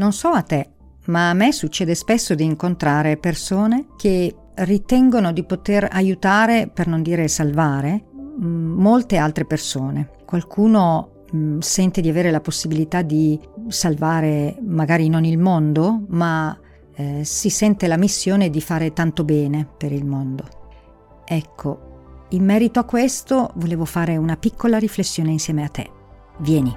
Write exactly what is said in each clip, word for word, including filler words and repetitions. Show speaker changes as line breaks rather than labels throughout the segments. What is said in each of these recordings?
Non so a te, ma a me succede spesso di incontrare persone che ritengono di poter aiutare, per non dire salvare, molte altre persone. Qualcuno mh, sente di avere la possibilità di salvare magari non il mondo, ma eh, si sente la missione di fare tanto bene per il mondo. Ecco, in merito a questo volevo fare una piccola riflessione insieme a te. Vieni.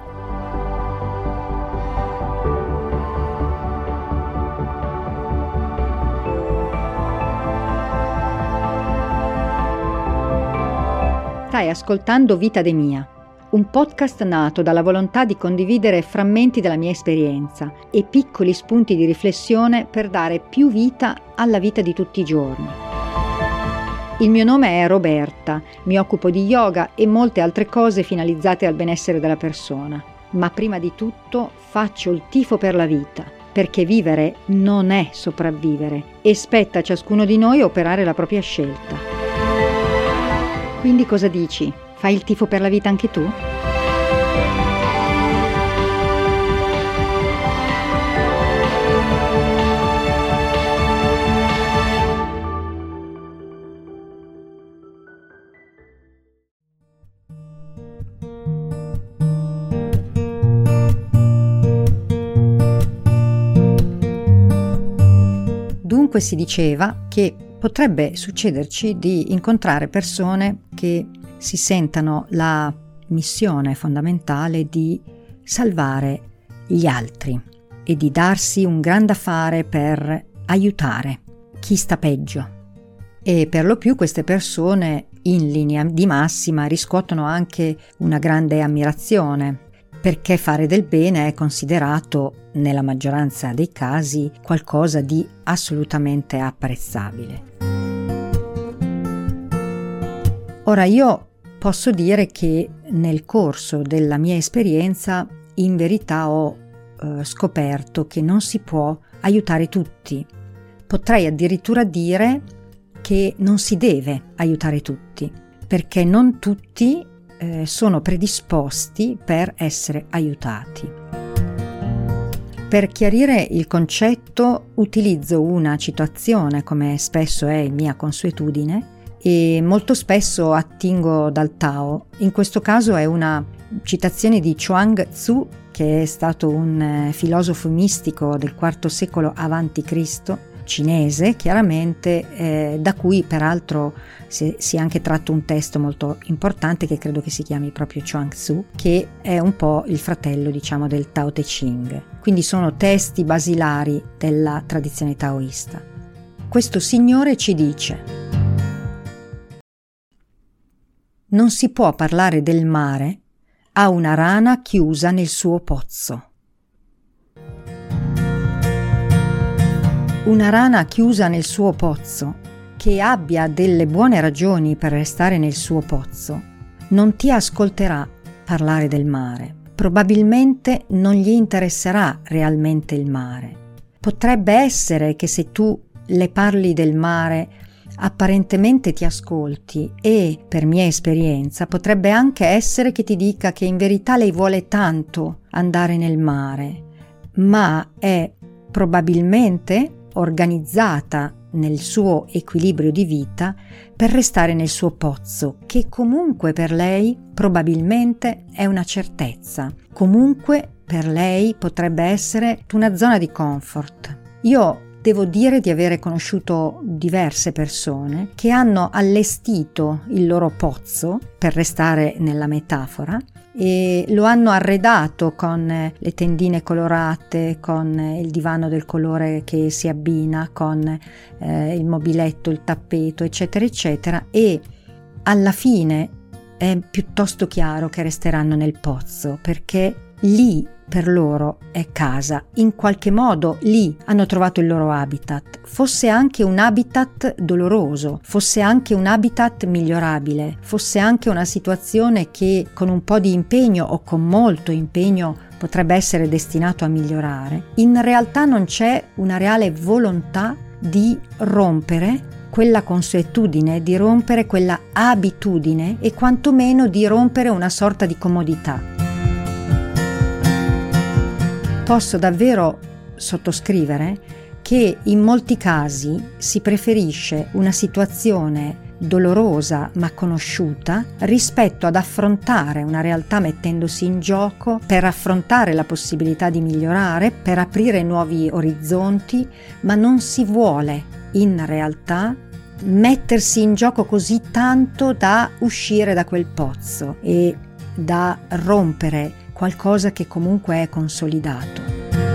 Stai ascoltando Vita de Mia, un podcast nato dalla volontà di condividere frammenti della mia esperienza e piccoli spunti di riflessione per dare più vita alla vita di tutti i giorni. Il mio nome è Roberta, mi occupo di yoga e molte altre cose finalizzate al benessere della persona, ma prima di tutto faccio il tifo per la vita, perché vivere non è sopravvivere e spetta a ciascuno di noi operare la propria scelta. Quindi cosa dici? Fai il tifo per la vita anche tu? Dunque si diceva che potrebbe succederci di incontrare persone che si sentano la missione fondamentale di salvare gli altri e di darsi un gran da fare per aiutare chi sta peggio. E per lo più queste persone in linea di massima riscuotono anche una grande ammirazione, perché fare del bene è considerato, nella maggioranza dei casi, qualcosa di assolutamente apprezzabile. Ora io posso dire che nel corso della mia esperienza in verità ho eh, scoperto che non si può aiutare tutti. Potrei addirittura dire che non si deve aiutare tutti, perché non tutti eh, sono predisposti per essere aiutati. Per chiarire il concetto utilizzo una citazione, come spesso è mia consuetudine, e molto spesso attingo dal Tao. In questo caso è una citazione di Chuang Tzu, che è stato un filosofo mistico del quarto secolo avanti Cristo, cinese chiaramente, eh, da cui peraltro si, si è anche tratto un testo molto importante che credo che si chiami proprio Chuang Tzu, che è un po' il fratello, diciamo, del Tao Te Ching. Quindi sono testi basilari della tradizione taoista. Questo signore ci dice: non si può parlare del mare a una rana chiusa nel suo pozzo. Una rana chiusa nel suo pozzo, che abbia delle buone ragioni per restare nel suo pozzo, non ti ascolterà parlare del mare. Probabilmente non gli interesserà realmente il mare. Potrebbe essere che se tu le parli del mare apparentemente ti ascolti e, per mia esperienza, potrebbe anche essere che ti dica che in verità lei vuole tanto andare nel mare, ma è probabilmente organizzata nel suo equilibrio di vita per restare nel suo pozzo, che comunque per lei probabilmente è una certezza, comunque per lei potrebbe essere una zona di comfort. Io devo dire di avere conosciuto diverse persone che hanno allestito il loro pozzo, per restare nella metafora, e lo hanno arredato con le tendine colorate, con il divano del colore che si abbina, con eh, il mobiletto, il tappeto, eccetera, eccetera, e alla fine è piuttosto chiaro che resteranno nel pozzo, perché lì per loro è casa, in qualche modo lì hanno trovato il loro habitat, fosse anche un habitat doloroso, fosse anche un habitat migliorabile, fosse anche una situazione che con un po' di impegno o con molto impegno potrebbe essere destinato a migliorare. In realtà non c'è una reale volontà di rompere quella consuetudine, di rompere quella abitudine e quantomeno di rompere una sorta di comodità. Posso davvero sottoscrivere che in molti casi si preferisce una situazione dolorosa ma conosciuta rispetto ad affrontare una realtà mettendosi in gioco per affrontare la possibilità di migliorare, per aprire nuovi orizzonti, ma non si vuole in realtà mettersi in gioco così tanto da uscire da quel pozzo e da rompere qualcosa che comunque è consolidato.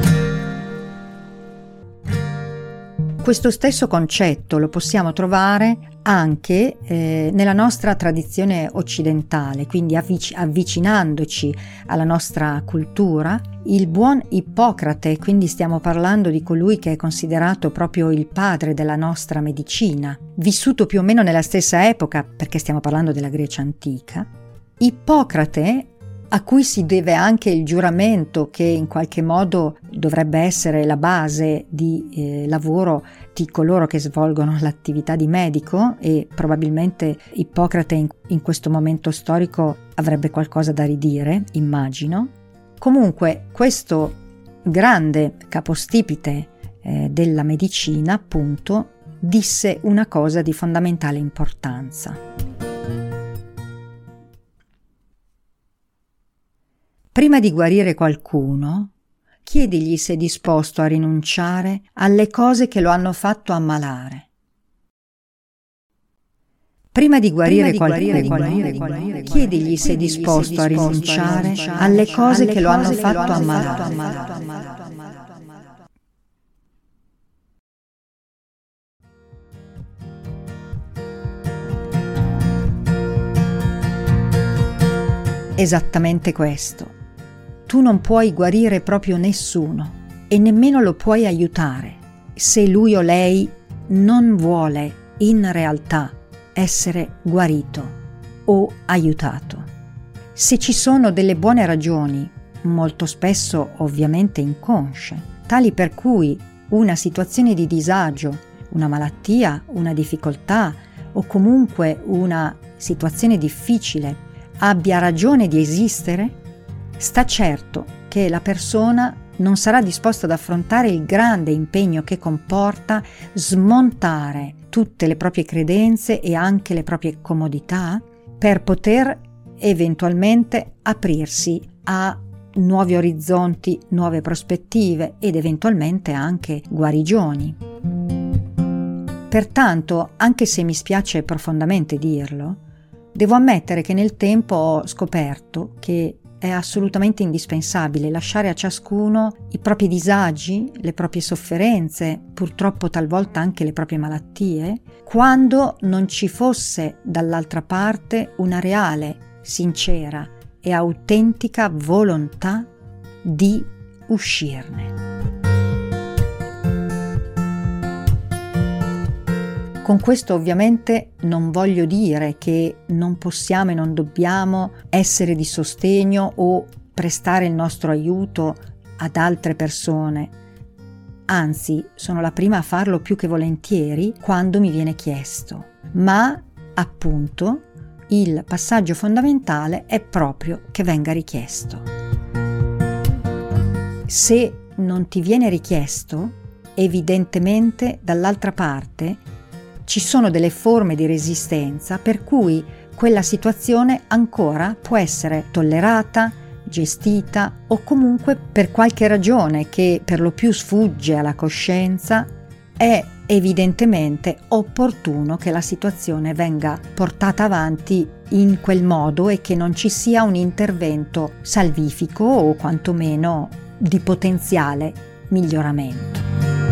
Questo stesso concetto lo possiamo trovare anche eh, nella nostra tradizione occidentale, quindi avvic- avvicinandoci alla nostra cultura. Il buon Ippocrate, quindi stiamo parlando di colui che è considerato proprio il padre della nostra medicina, vissuto più o meno nella stessa epoca, perché stiamo parlando della Grecia antica. Ippocrate, a cui si deve anche il giuramento che in qualche modo dovrebbe essere la base di eh, lavoro di coloro che svolgono l'attività di medico, e probabilmente Ippocrate in, in questo momento storico avrebbe qualcosa da ridire, immagino. Comunque questo grande capostipite eh, della medicina, appunto, disse una cosa di fondamentale importanza. Prima di guarire qualcuno, chiedigli se è disposto a rinunciare alle cose che lo hanno fatto ammalare. Prima di guarire qualcuno, chiedigli se è disposto a rinunciare alle cose che lo hanno fatto ammalare. Esattamente questo. Tu non puoi guarire proprio nessuno e nemmeno lo puoi aiutare se lui o lei non vuole in realtà essere guarito o aiutato. Se ci sono delle buone ragioni, molto spesso ovviamente inconsce, tali per cui una situazione di disagio, una malattia, una difficoltà o comunque una situazione difficile abbia ragione di esistere, sta certo che la persona non sarà disposta ad affrontare il grande impegno che comporta smontare tutte le proprie credenze e anche le proprie comodità per poter eventualmente aprirsi a nuovi orizzonti, nuove prospettive ed eventualmente anche guarigioni. Pertanto, anche se mi spiace profondamente dirlo, devo ammettere che nel tempo ho scoperto che è assolutamente indispensabile lasciare a ciascuno i propri disagi, le proprie sofferenze, purtroppo talvolta anche le proprie malattie, quando non ci fosse dall'altra parte una reale, sincera e autentica volontà di uscirne. Con questo ovviamente non voglio dire che non possiamo e non dobbiamo essere di sostegno o prestare il nostro aiuto ad altre persone. Anzi, sono la prima a farlo più che volentieri quando mi viene chiesto. Ma, appunto, il passaggio fondamentale è proprio che venga richiesto. Se non ti viene richiesto, evidentemente dall'altra parte ci sono delle forme di resistenza per cui quella situazione ancora può essere tollerata, gestita o comunque per qualche ragione che per lo più sfugge alla coscienza è evidentemente opportuno che la situazione venga portata avanti in quel modo e che non ci sia un intervento salvifico o quantomeno di potenziale miglioramento.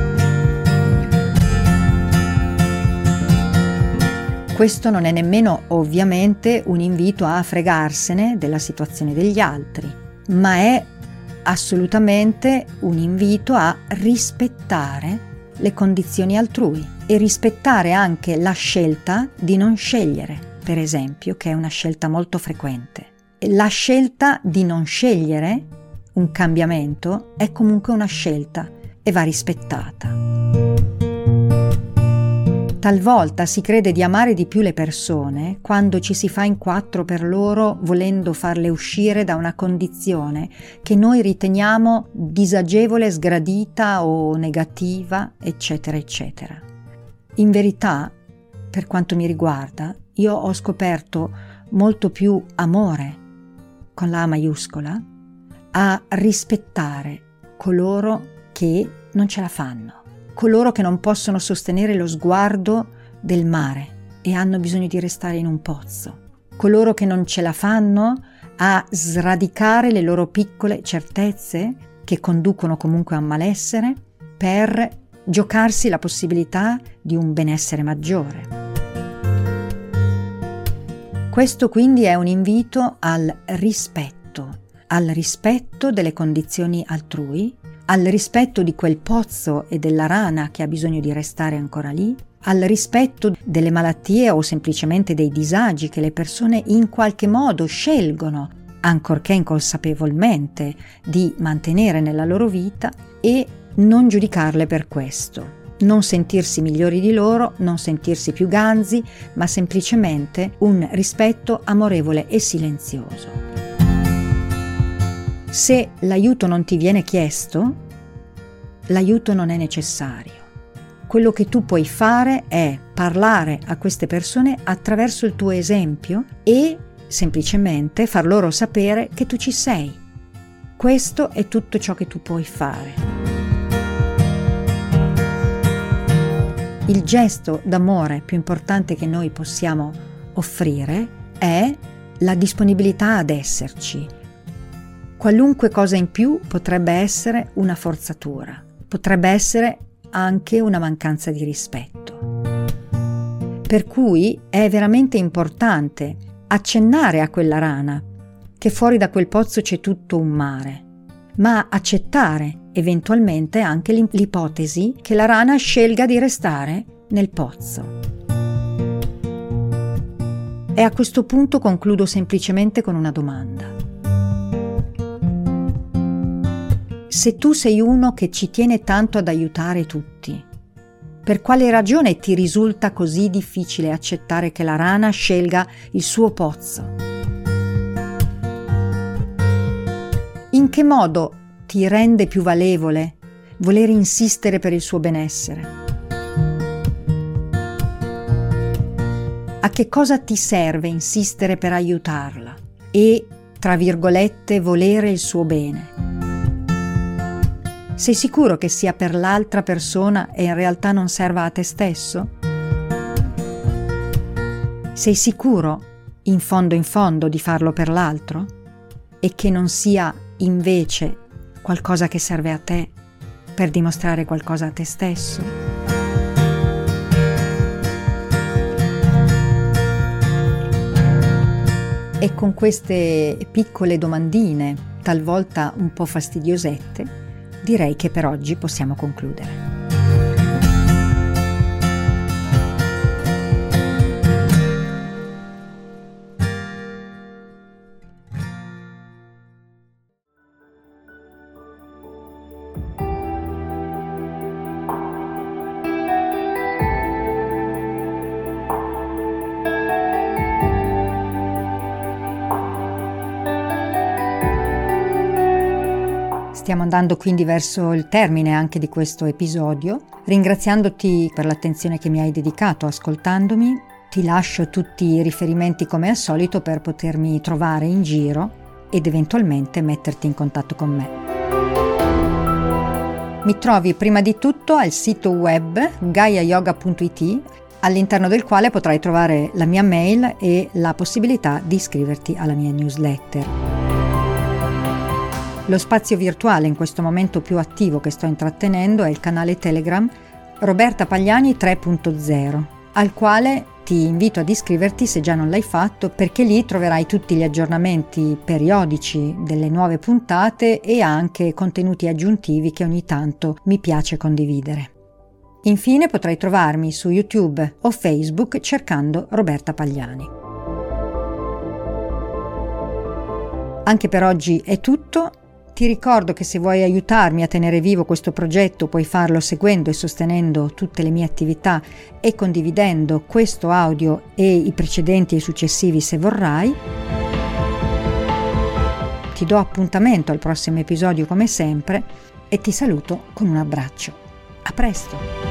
Questo non è nemmeno ovviamente un invito a fregarsene della situazione degli altri, ma è assolutamente un invito a rispettare le condizioni altrui e rispettare anche la scelta di non scegliere, per esempio, che è una scelta molto frequente. La scelta di non scegliere un cambiamento è comunque una scelta e va rispettata. Talvolta si crede di amare di più le persone quando ci si fa in quattro per loro, volendo farle uscire da una condizione che noi riteniamo disagevole, sgradita o negativa, eccetera, eccetera. In verità, per quanto mi riguarda, io ho scoperto molto più amore, con la A maiuscola, a rispettare coloro che non ce la fanno. Coloro che non possono sostenere lo sguardo del mare e hanno bisogno di restare in un pozzo. Coloro che non ce la fanno a sradicare le loro piccole certezze che conducono comunque a malessere per giocarsi la possibilità di un benessere maggiore. Questo quindi è un invito al rispetto, al rispetto delle condizioni altrui, al rispetto di quel pozzo e della rana che ha bisogno di restare ancora lì, al rispetto delle malattie o semplicemente dei disagi che le persone in qualche modo scelgono, ancorché inconsapevolmente, di mantenere nella loro vita, e non giudicarle per questo. Non sentirsi migliori di loro, non sentirsi più ganzi, ma semplicemente un rispetto amorevole e silenzioso. Se l'aiuto non ti viene chiesto, l'aiuto non è necessario. Quello che tu puoi fare è parlare a queste persone attraverso il tuo esempio e semplicemente far loro sapere che tu ci sei. Questo è tutto ciò che tu puoi fare. Il gesto d'amore più importante che noi possiamo offrire è la disponibilità ad esserci. Qualunque cosa in più potrebbe essere una forzatura, potrebbe essere anche una mancanza di rispetto. Per cui è veramente importante accennare a quella rana che fuori da quel pozzo c'è tutto un mare, ma accettare eventualmente anche l'ipotesi che la rana scelga di restare nel pozzo. E a questo punto concludo semplicemente con una domanda. Se tu sei uno che ci tiene tanto ad aiutare tutti, per quale ragione ti risulta così difficile accettare che la rana scelga il suo pozzo? In che modo ti rende più valevole voler insistere per il suo benessere? A che cosa ti serve insistere per aiutarla e, tra virgolette, volere il suo bene? Sei sicuro che sia per l'altra persona e in realtà non serva a te stesso? Sei sicuro, in fondo in fondo, di farlo per l'altro? E che non sia invece qualcosa che serve a te per dimostrare qualcosa a te stesso? E con queste piccole domandine, talvolta un po' fastidiosette, direi che per oggi possiamo concludere. Stiamo andando quindi verso il termine anche di questo episodio. Ringraziandoti per l'attenzione che mi hai dedicato ascoltandomi, ti lascio tutti i riferimenti come al solito per potermi trovare in giro ed eventualmente metterti in contatto con me. Mi trovi prima di tutto al sito web gaia yoga punto it, all'interno del quale potrai trovare la mia mail e la possibilità di iscriverti alla mia newsletter. Lo spazio virtuale in questo momento più attivo che sto intrattenendo è il canale Telegram Roberta Pagliani tre punto zero, al quale ti invito ad iscriverti se già non l'hai fatto, perché lì troverai tutti gli aggiornamenti periodici delle nuove puntate e anche contenuti aggiuntivi che ogni tanto mi piace condividere. Infine potrai trovarmi su YouTube o Facebook cercando Roberta Pagliani. Anche per oggi è tutto. Ti ricordo che se vuoi aiutarmi a tenere vivo questo progetto puoi farlo seguendo e sostenendo tutte le mie attività e condividendo questo audio e i precedenti e i successivi se vorrai. Ti do appuntamento al prossimo episodio come sempre e ti saluto con un abbraccio. A presto!